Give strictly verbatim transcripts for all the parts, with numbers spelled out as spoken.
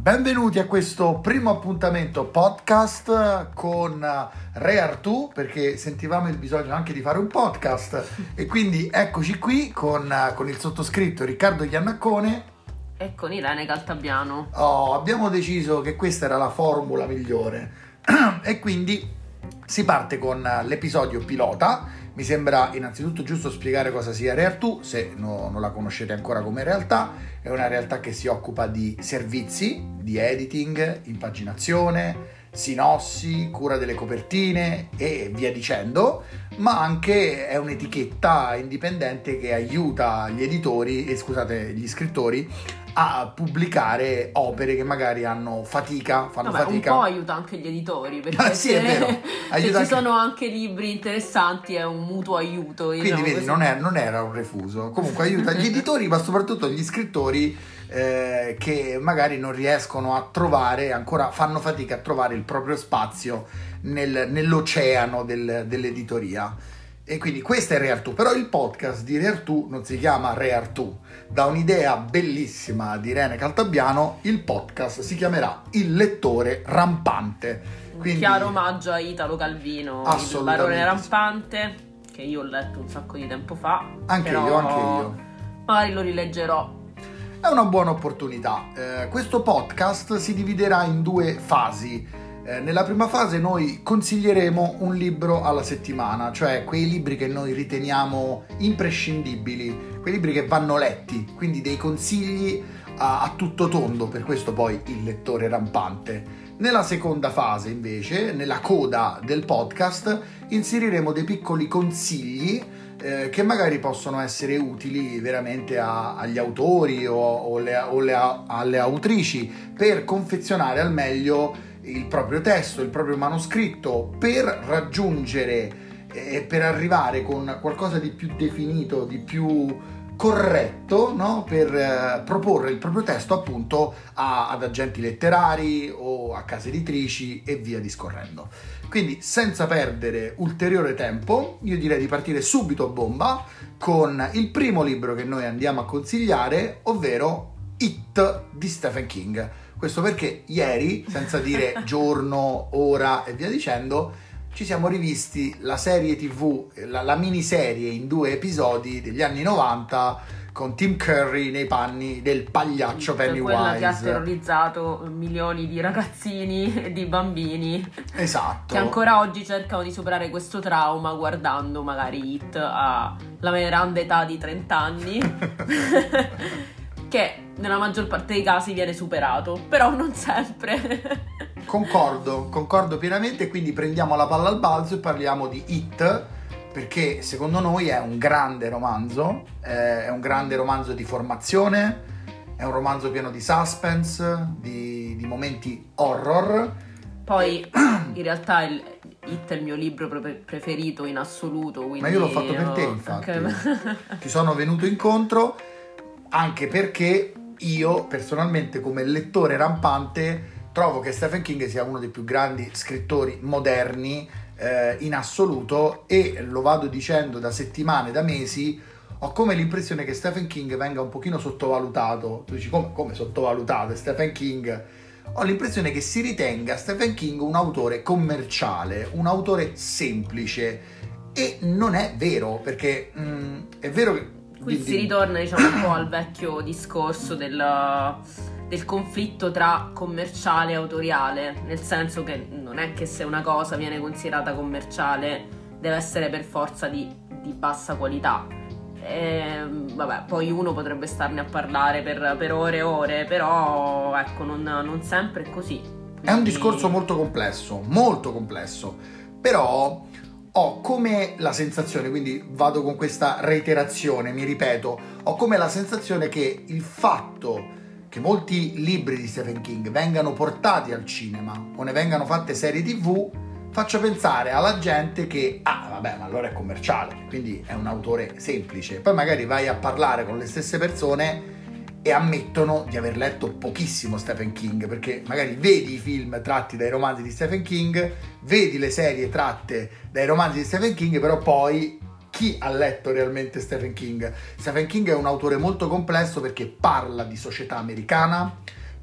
Benvenuti a questo primo appuntamento podcast con Re Artù, perché sentivamo il bisogno anche di fare un podcast e quindi eccoci qui con, con il sottoscritto Riccardo Iannaccone e con Irene Caltabiano. Oh, abbiamo deciso che questa era la formula migliore e quindi si parte con l'episodio pilota. Mi sembra innanzitutto giusto spiegare cosa sia Re Artù, se no, non la conoscete ancora come realtà. È una realtà che si occupa di servizi, di editing, impaginazione, sinossi, cura delle copertine e via dicendo, ma anche è un'etichetta indipendente che aiuta gli editori, e scusate, gli scrittori a pubblicare opere che magari hanno fatica, fanno Vabbè, fatica. Un po' aiuta anche gli editori, perché ah, sì, è vero. se, se ci anche... sono anche libri interessanti è un mutuo aiuto. Quindi diciamo vedi, così. non, è, non era un refuso. Comunque aiuta gli editori, ma soprattutto gli scrittori eh, che magari non riescono a trovare, ancora fanno fatica a trovare il proprio spazio nel, nell'oceano del, dell'editoria. E quindi questa è Re Artù, però il podcast di Re Artù non si chiama Re Artù. Da un'idea bellissima di Irene Caltabiano, il podcast si chiamerà Il lettore rampante. Quindi, un chiaro omaggio a Italo Calvino, il barone rampante, che io ho letto un sacco di tempo fa. Anche però io, anche io. Magari lo rileggerò. È una buona opportunità. Eh, questo podcast si dividerà in due fasi. Eh, nella prima fase noi consiglieremo un libro alla settimana, cioè quei libri che noi riteniamo imprescindibili, quei libri che vanno letti, quindi dei consigli a, a tutto tondo, per questo poi il lettore rampante. Nella seconda fase invece, nella coda del podcast, inseriremo dei piccoli consigli eh, che magari possono essere utili veramente a, agli autori o, o, le, o le, alle autrici per confezionare al meglio il proprio testo, il proprio manoscritto, per raggiungere e eh, per arrivare con qualcosa di più definito, di più corretto, no? Per eh, proporre il proprio testo appunto a, ad agenti letterari o a case editrici e via discorrendo. Quindi senza perdere ulteriore tempo io direi di partire subito a bomba con il primo libro che noi andiamo a consigliare, ovvero It di Stephen King. Questo perché ieri, senza dire giorno, ora e via dicendo, ci siamo rivisti la serie tivù, la, la miniserie in due episodi degli anni novanta con Tim Curry nei panni del pagliaccio Pennywise. Quella che ha terrorizzato milioni di ragazzini e di bambini. Esatto. Che ancora oggi cercano di superare questo trauma guardando magari It alla grande età di trenta anni. Che nella maggior parte dei casi viene superato, però non sempre. Concordo, concordo pienamente, quindi prendiamo la palla al balzo e parliamo di It, perché secondo noi è un grande romanzo, eh, è un grande romanzo di formazione, è un romanzo pieno di suspense, di, di momenti horror. Poi in realtà il, It è il mio libro preferito in assoluto. Quindi ma io l'ho fatto per te, infatti. Anche... Ti sono venuto incontro, anche perché io personalmente come lettore rampante trovo che Stephen King sia uno dei più grandi scrittori moderni eh, in assoluto, e lo vado dicendo da settimane, da mesi. Ho come l'impressione che Stephen King venga un pochino sottovalutato. Tu dici come, come sottovalutato Stephen King? Ho l'impressione che si ritenga Stephen King un autore commerciale, un autore semplice, e non è vero, perché mh, è vero che qui si ritorna, diciamo, un po' al vecchio discorso del, del conflitto tra commerciale e autoriale, nel senso che non è che se una cosa viene considerata commerciale deve essere per forza di, di bassa qualità. E, vabbè, poi uno potrebbe starne a parlare per, per ore e ore, però ecco, non, non sempre è così. Quindi... È un discorso molto complesso, molto complesso, però... ho come la sensazione, quindi vado con questa reiterazione, mi ripeto, ho come la sensazione che il fatto che molti libri di Stephen King vengano portati al cinema o ne vengano fatte serie tivù faccia pensare alla gente che, ah vabbè, ma allora è commerciale, quindi è un autore semplice. Poi magari vai a parlare con le stesse persone e ammettono di aver letto pochissimo Stephen King, perché magari vedi i film tratti dai romanzi di Stephen King, vedi le serie tratte dai romanzi di Stephen King, però poi chi ha letto realmente Stephen King? Stephen King è un autore molto complesso perché parla di società americana,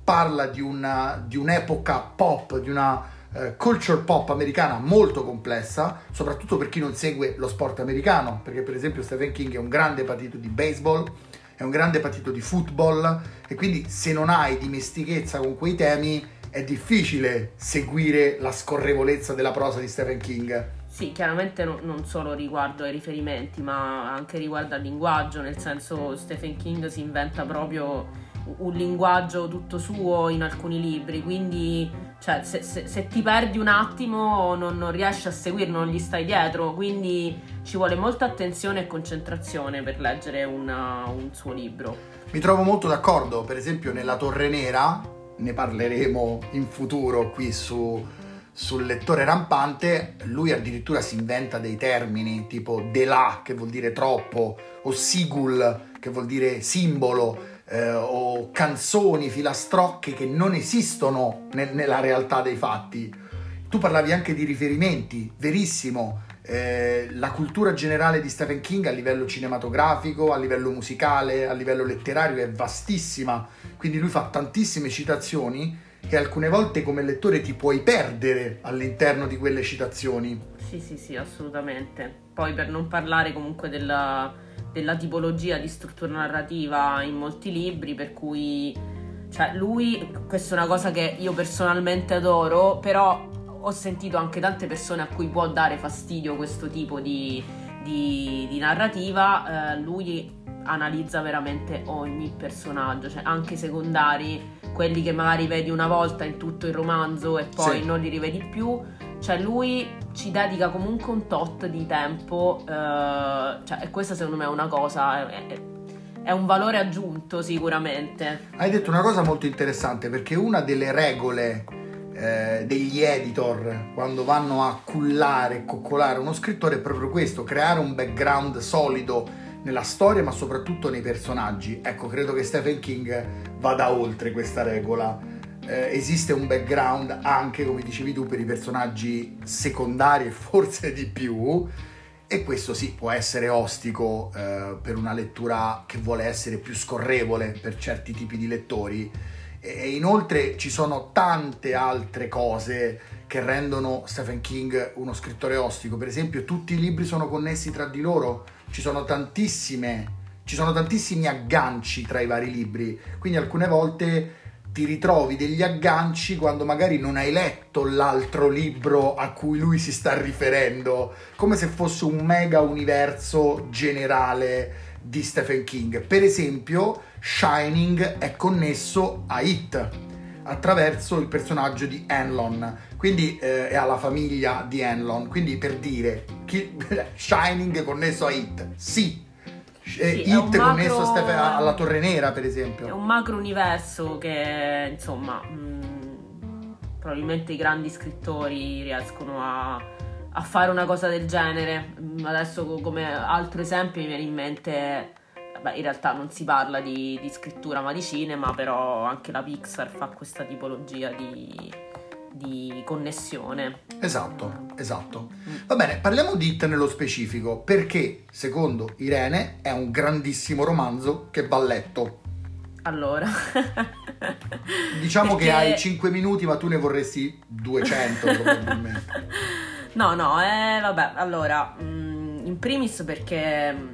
parla di, una, di un'epoca pop, di una uh, culture pop americana molto complessa, soprattutto per chi non segue lo sport americano, perché per esempio Stephen King è un grande patito di baseball, è un grande patito di football, e quindi se non hai dimestichezza con quei temi è difficile seguire la scorrevolezza della prosa di Stephen King. Sì, chiaramente no, non solo riguardo ai riferimenti, ma anche riguardo al linguaggio, nel senso Stephen King si inventa proprio un linguaggio tutto suo in alcuni libri, quindi cioè, se, se, se ti perdi un attimo non, non riesci a seguirlo, non gli stai dietro, quindi ci vuole molta attenzione e concentrazione per leggere una, un suo libro. Mi trovo molto d'accordo, per esempio nella Torre Nera, ne parleremo in futuro qui su, sul lettore rampante, lui addirittura si inventa dei termini tipo de là, che vuol dire troppo, o sigul, che vuol dire simbolo, eh, o canzoni, filastrocche che non esistono ne- nella realtà dei fatti. Tu parlavi anche di riferimenti, verissimo. Eh, la cultura generale di Stephen King a livello cinematografico, a livello musicale, a livello letterario è vastissima, quindi lui fa tantissime citazioni e alcune volte come lettore ti puoi perdere all'interno di quelle citazioni. Sì, sì, sì, assolutamente. Poi per non parlare comunque della, della tipologia di struttura narrativa in molti libri, per cui cioè lui, questa è una cosa che io personalmente adoro, però ho sentito anche tante persone a cui può dare fastidio questo tipo di, di, di narrativa. Eh, lui analizza veramente ogni personaggio, cioè anche i secondari, quelli che magari vedi una volta in tutto il romanzo e poi Sì. non li rivedi più, cioè lui ci dedica comunque un tot di tempo, eh, cioè, e questa secondo me è una cosa, è, è, è un valore aggiunto sicuramente. Hai detto una cosa molto interessante, perché una delle regole eh, degli editor quando vanno a cullare e coccolare uno scrittore è proprio questo: creare un background solido nella storia ma soprattutto nei personaggi. Ecco, credo che Stephen King vada oltre questa regola. Eh, esiste un background anche, come dicevi tu, per i personaggi secondari e forse di più, e questo sì può essere ostico eh, per una lettura che vuole essere più scorrevole per certi tipi di lettori. E inoltre ci sono tante altre cose che rendono Stephen King uno scrittore ostico. Per esempio, tutti i libri sono connessi tra di loro, ci sono tantissime ci sono tantissimi agganci tra i vari libri, quindi alcune volte ti ritrovi degli agganci quando magari non hai letto l'altro libro a cui lui si sta riferendo, come se fosse un mega universo generale di Stephen King. Per esempio, Shining è connesso a It attraverso il personaggio di Enlon, quindi eh, è alla famiglia di Enlon, quindi per dire chi, Shining è connesso a It, sì. Sì, It è un macro, connesso a Stephen, alla Torre Nera, per esempio. È un macro universo che, insomma, mh, probabilmente i grandi scrittori riescono a, a fare una cosa del genere. Adesso, come altro esempio, mi viene in mente, beh, in realtà non si parla di, di scrittura ma di cinema, però anche la Pixar fa questa tipologia di, di connessione. Esatto, esatto. Va bene, parliamo di It nello specifico, perché secondo Irene è un grandissimo romanzo che va letto. Allora, diciamo perché... che hai cinque minuti, ma tu ne vorresti duecento probabilmente. No, no, eh, vabbè, allora, mh, in primis perché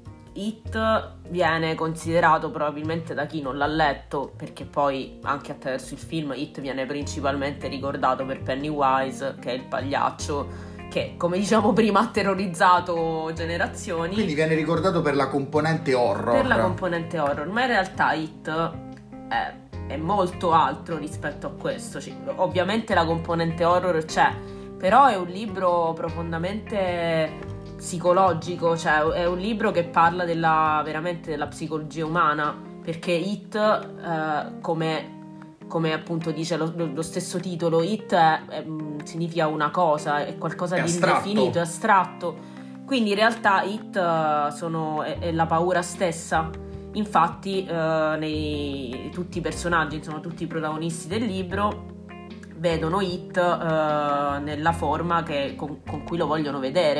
It viene considerato, probabilmente da chi non l'ha letto, perché poi anche attraverso il film It viene principalmente ricordato per Pennywise, che è il pagliaccio che, come diciamo prima, ha terrorizzato generazioni. Quindi viene ricordato per la componente horror. Per la componente horror, ma in realtà It è, è molto altro rispetto a questo. Cioè, ovviamente la componente horror c'è, però è un libro profondamente psicologico, cioè è un libro che parla della, veramente della psicologia umana, perché It, eh, come, come appunto dice lo, lo stesso titolo, It è, è, significa una cosa, è qualcosa è di astratto. indefinito, è astratto, quindi in realtà It sono, è, è la paura stessa. Infatti eh, nei, tutti i personaggi, insomma tutti i protagonisti del libro vedono It eh, nella forma che, con, con cui lo vogliono vedere.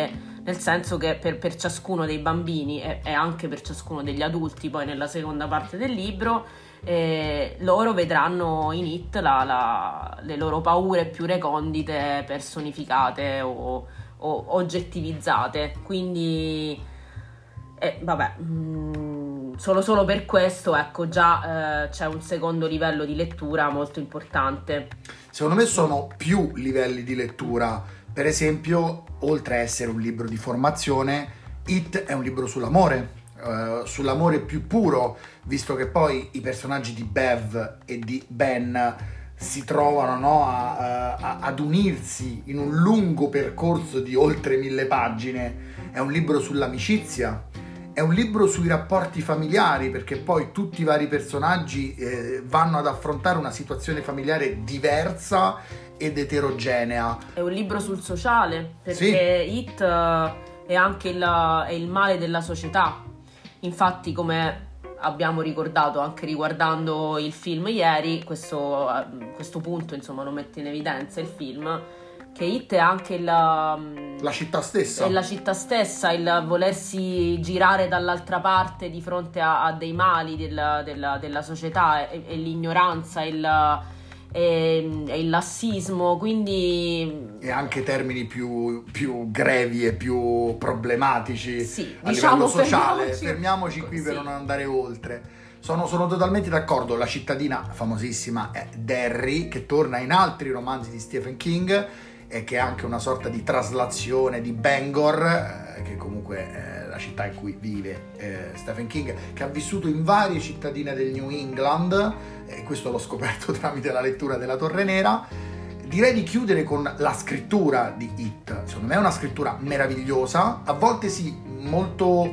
nel senso che per, per ciascuno dei bambini e, e anche per ciascuno degli adulti, poi nella seconda parte del libro, eh, loro vedranno in It la, la, le loro paure più recondite personificate o, o oggettivizzate, quindi eh, vabbè, mh, solo solo per questo, ecco, già eh, c'è un secondo livello di lettura molto importante. Secondo me sono più livelli di lettura. Per esempio, oltre a essere un libro di formazione, It è un libro sull'amore, uh, sull'amore più puro, visto che poi i personaggi di Bev e di Ben si trovano, no, a, a, ad unirsi in un lungo percorso di oltre mille pagine. È un libro sull'amicizia, è un libro sui rapporti familiari, perché poi tutti i vari personaggi eh, vanno ad affrontare una situazione familiare diversa ed eterogenea. È un libro sul sociale, perché sì. It uh, è anche il, è il male della società. Infatti, come abbiamo ricordato anche riguardando il film ieri, questo, uh, questo punto insomma lo mette in evidenza il film, che It è anche la, la città stessa. È la città stessa, il volersi girare dall'altra parte di fronte a, a dei mali della, della, della società, e, e l'ignoranza, il E, e il lassismo, quindi e anche termini più, più grevi e più problematici, sì, a diciamo, livello sociale. fermiamoci, fermiamoci qui per sì. non andare oltre. Sono, sono totalmente d'accordo. La cittadina famosissima è Derry, che torna in altri romanzi di Stephen King e che è anche una sorta di traslazione di Bangor, eh, che comunque è la città in cui vive eh, Stephen King, che ha vissuto in varie cittadine del New England, e questo l'ho scoperto tramite la lettura della Torre Nera. Direi di chiudere con la scrittura di It. Secondo me è una scrittura meravigliosa, a volte sì, molto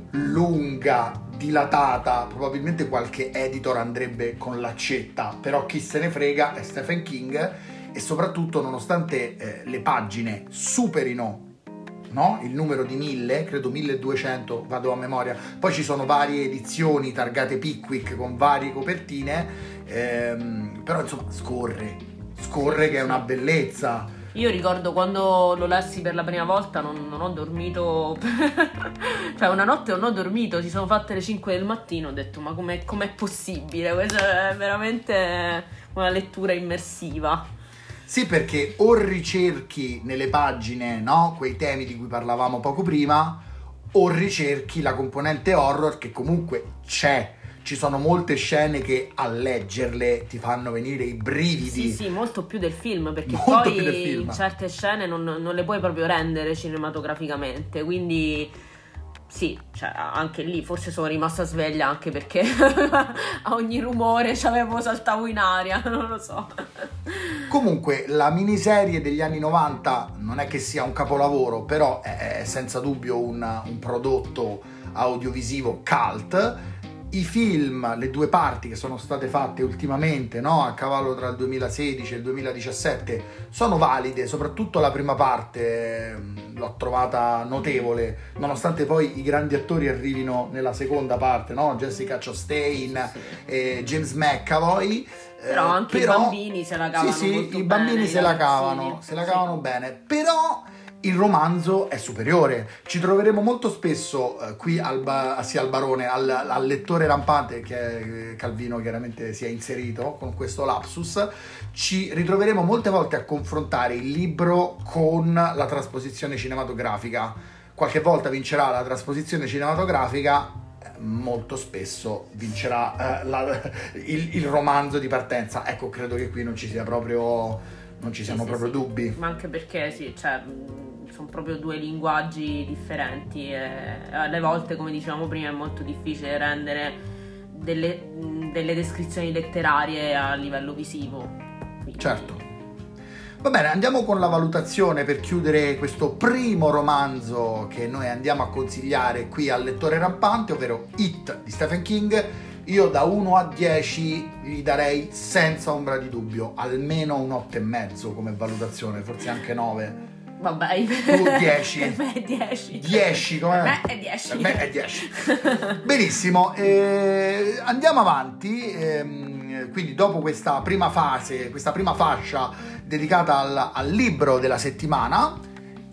lunga, dilatata, probabilmente qualche editor andrebbe con l'accetta, però chi se ne frega, è Stephen King. E soprattutto, nonostante eh, le pagine superino, no, il numero di mille, credo milleduecento, vado a memoria, poi ci sono varie edizioni targate Pickwick con varie copertine, ehm, però insomma scorre, scorre che è una bellezza. Io ricordo quando lo lessi per la prima volta non, non ho dormito, cioè una notte non ho dormito, si sono fatte le cinque del mattino, ho detto ma com'è, com'è possibile? Questa è veramente una lettura immersiva. Sì, perché o ricerchi nelle pagine, no, quei temi di cui parlavamo poco prima, o ricerchi la componente horror, che comunque c'è. Ci sono molte scene che a leggerle ti fanno venire i brividi. Sì, sì, molto più del film, perché molto poi del film. Certe scene non, non le puoi proprio rendere cinematograficamente, quindi sì, cioè, anche lì forse sono rimasta sveglia, anche perché a ogni rumore c'avevo, saltavo in aria, non lo so. Comunque la miniserie degli anni novanta non è che sia un capolavoro, però è senza dubbio un, un prodotto audiovisivo cult. I film, le due parti che sono state fatte ultimamente, no, a cavallo tra il duemilasedici e il duemiladiciassette, sono valide. Soprattutto la prima parte l'ho trovata notevole, nonostante poi i grandi attori arrivino nella seconda parte, no? Jessica Chastain, sì, e James McAvoy. Però anche però, i bambini se la cavano sì, sì, molto i bambini bene, se la cavano, se la cavano sì. bene. Però il romanzo è superiore. Ci troveremo molto spesso eh, qui al, ba- sia al barone, al, al lettore rampante, che Calvino chiaramente si è inserito con questo lapsus. Ci ritroveremo molte volte a confrontare il libro con la trasposizione cinematografica. Qualche volta vincerà la trasposizione cinematografica, molto spesso vincerà eh, la, il, il romanzo di partenza. Ecco, credo che qui non ci sia proprio non ci siano sì, proprio sì, dubbi. Ma anche perché sì, cioè, sono proprio due linguaggi differenti e alle volte, come dicevamo prima, è molto difficile rendere delle, delle descrizioni letterarie a livello visivo. Quindi... Certo. Va bene, andiamo con la valutazione per chiudere questo primo romanzo che noi andiamo a consigliare qui al lettore rampante, ovvero It di Stephen King. Io da uno a dieci gli darei senza ombra di dubbio almeno un otto e mezzo come valutazione, forse anche nove. Vabbè, tu dieci. Per me è dieci. dieci, come? Per me è dieci. Per me è dieci. Benissimo, eh, andiamo avanti. Ehm, quindi dopo questa prima fase, questa prima fascia dedicata al, al libro della settimana,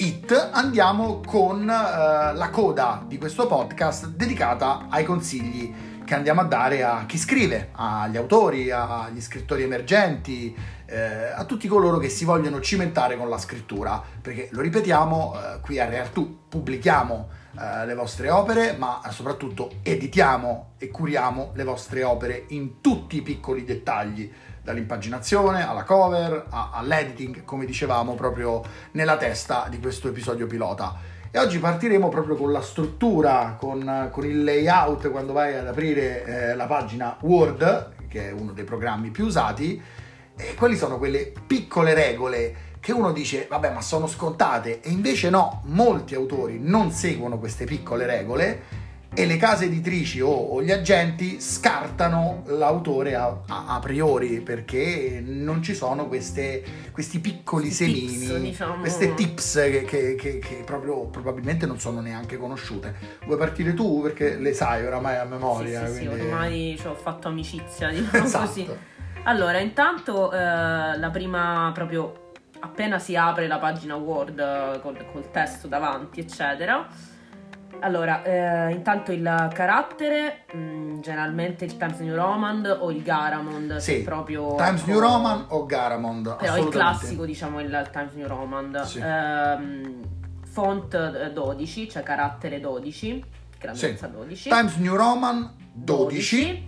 it, andiamo con uh, la coda di questo podcast dedicata ai consigli che andiamo a dare a chi scrive, agli autori, agli scrittori emergenti, eh, a tutti coloro che si vogliono cimentare con la scrittura, perché lo ripetiamo, eh, qui a Reartù pubblichiamo eh, le vostre opere, ma soprattutto editiamo e curiamo le vostre opere in tutti i piccoli dettagli, dall'impaginazione alla cover a, all'editing, come dicevamo proprio nella testa di questo episodio pilota. E oggi partiremo proprio con la struttura, con, con il layout quando vai ad aprire eh, la pagina Word, che è uno dei programmi più usati. E quali sono quelle piccole regole che uno dice vabbè, ma sono scontate, e invece no, molti autori non seguono queste piccole regole e le case editrici o, o gli agenti scartano l'autore a, a, a priori, perché non ci sono queste, questi piccoli questi semini, tips, diciamo. queste tips che, che, che, che proprio probabilmente non sono neanche conosciute. Vuoi partire tu, perché le sai oramai a memoria? Sì, sì, quindi... sì, ormai ci ho fatto amicizia, diciamo esatto. così. Allora, intanto eh, la prima, proprio appena si apre la pagina Word col, col testo davanti, eccetera. Allora, eh, intanto il carattere, mh, generalmente il Times New Roman o il Garamond, sì, proprio Times New Roman o Garamond, però il classico, diciamo, il Times New Roman. Sì. Eh, font dodici, cioè carattere dodici, grandezza sì. dodici. Times New Roman dodici. dodici.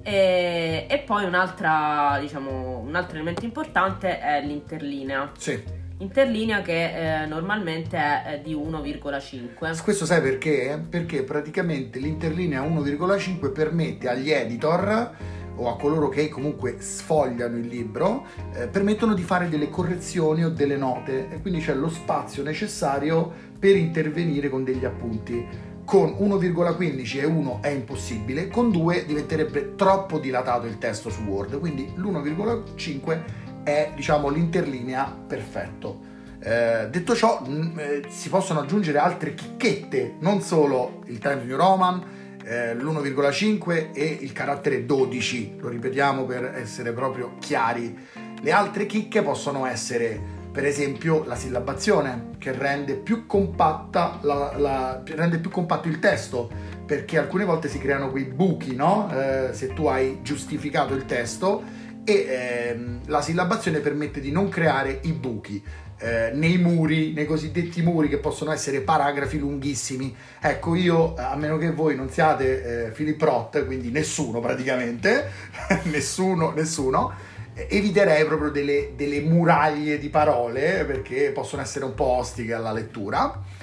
E, e poi un'altra, diciamo, un altro elemento importante è l'interlinea. Sì. Interlinea che eh, normalmente è, è di uno virgola cinque. Questo sai perché? Perché praticamente l'interlinea uno virgola cinque permette agli editor o a coloro che comunque sfogliano il libro, eh, permettono di fare delle correzioni o delle note, e quindi c'è lo spazio necessario per intervenire con degli appunti. Con uno virgola quindici e uno è impossibile, con due diventerebbe troppo dilatato il testo su Word, quindi l'uno virgola cinque è, diciamo, l'interlinea perfetto. Eh, detto ciò, mh, eh, si possono aggiungere altre chicchette, non solo il Times New Roman, eh, l'uno virgola cinque e il carattere dodici, lo ripetiamo per essere proprio chiari. Le altre chicche possono essere, per esempio, la sillabazione, che rende più compatta la, la, rende più compatto il testo, perché alcune volte si creano quei buchi, no? Eh, se tu hai giustificato il testo, e ehm, la sillabazione permette di non creare i buchi eh, nei muri, nei cosiddetti muri, che possono essere paragrafi lunghissimi. Ecco, io, a meno che voi non siate eh, Philip Roth, quindi nessuno praticamente, nessuno, nessuno, eviterei proprio delle, delle muraglie di parole, perché possono essere un po' ostiche alla lettura.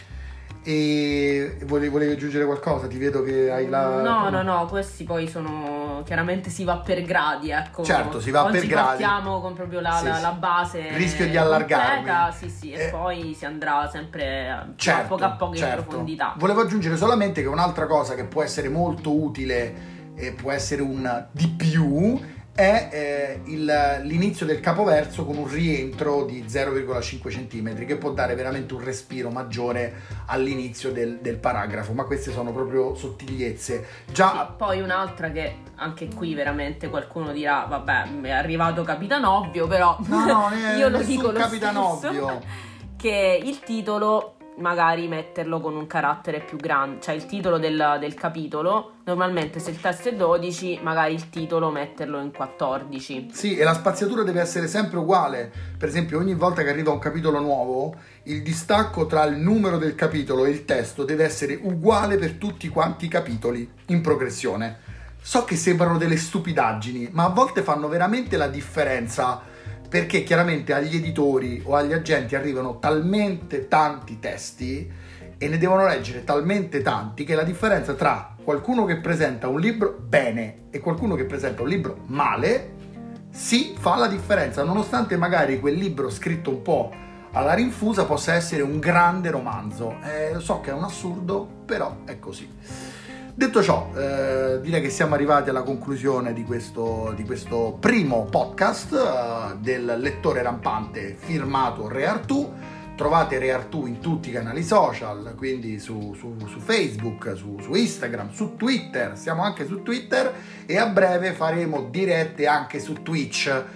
E volevi, volevi aggiungere qualcosa? Ti vedo che hai la... No, no, no, questi poi sono... chiaramente si va per gradi, ecco. Certo, si va Oggi per gradi. partiamo con proprio la, sì, la, sì. la base. Rischio di allargarmi. Completa, sì, sì, eh, e poi si andrà sempre certo, a poco a poco certo. in profondità. Volevo aggiungere solamente che un'altra cosa che può essere molto utile e può essere un di più è eh, il, l'inizio del capoverso con un rientro di zero virgola cinque centimetri, che può dare veramente un respiro maggiore all'inizio del, del paragrafo, ma queste sono proprio sottigliezze. Già... Sì, poi un'altra che anche qui veramente qualcuno dirà vabbè, è arrivato Capitan Ovvio, però no, no, io lo dico lo Capitan stesso, Ovvio, che il titolo magari metterlo con un carattere più grande, cioè il titolo del, del capitolo, normalmente se il testo è dodici, magari il titolo metterlo in quattordici. Sì, e la spaziatura deve essere sempre uguale. Per esempio, ogni volta che arriva un capitolo nuovo, il distacco tra il numero del capitolo e il testo deve essere uguale per tutti quanti i capitoli in progressione. So che sembrano delle stupidaggini, ma a volte fanno veramente la differenza, perché chiaramente agli editori o agli agenti arrivano talmente tanti testi e ne devono leggere talmente tanti, che la differenza tra qualcuno che presenta un libro bene e qualcuno che presenta un libro male si fa la differenza, nonostante magari quel libro scritto un po' alla rinfusa possa essere un grande romanzo. Eh, lo so che è un assurdo, però è così. Detto ciò, eh, direi che siamo arrivati alla conclusione di questo, di questo primo podcast eh, del lettore rampante firmato Reartù. Trovate Reartù in tutti i canali social, quindi su, su, su Facebook, su, su Instagram, su Twitter, siamo anche su Twitter, e a breve faremo dirette anche su Twitch.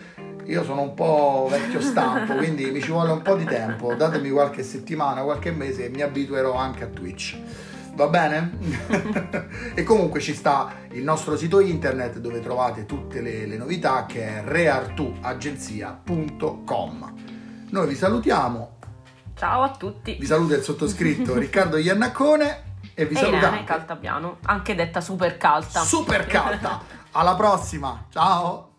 Io sono un po' vecchio stampo, quindi mi ci vuole un po' di tempo. Datemi qualche settimana, qualche mese e mi abituerò anche a Twitch. Va bene? E comunque ci sta il nostro sito internet dove trovate tutte le, le novità, che è re artù agenzia punto com. Noi vi salutiamo. Ciao a tutti. Vi saluta il sottoscritto Riccardo Iannaccone e vi e saluta Irene Caltabiano, anche detta super calta. Super calta. Alla prossima. Ciao.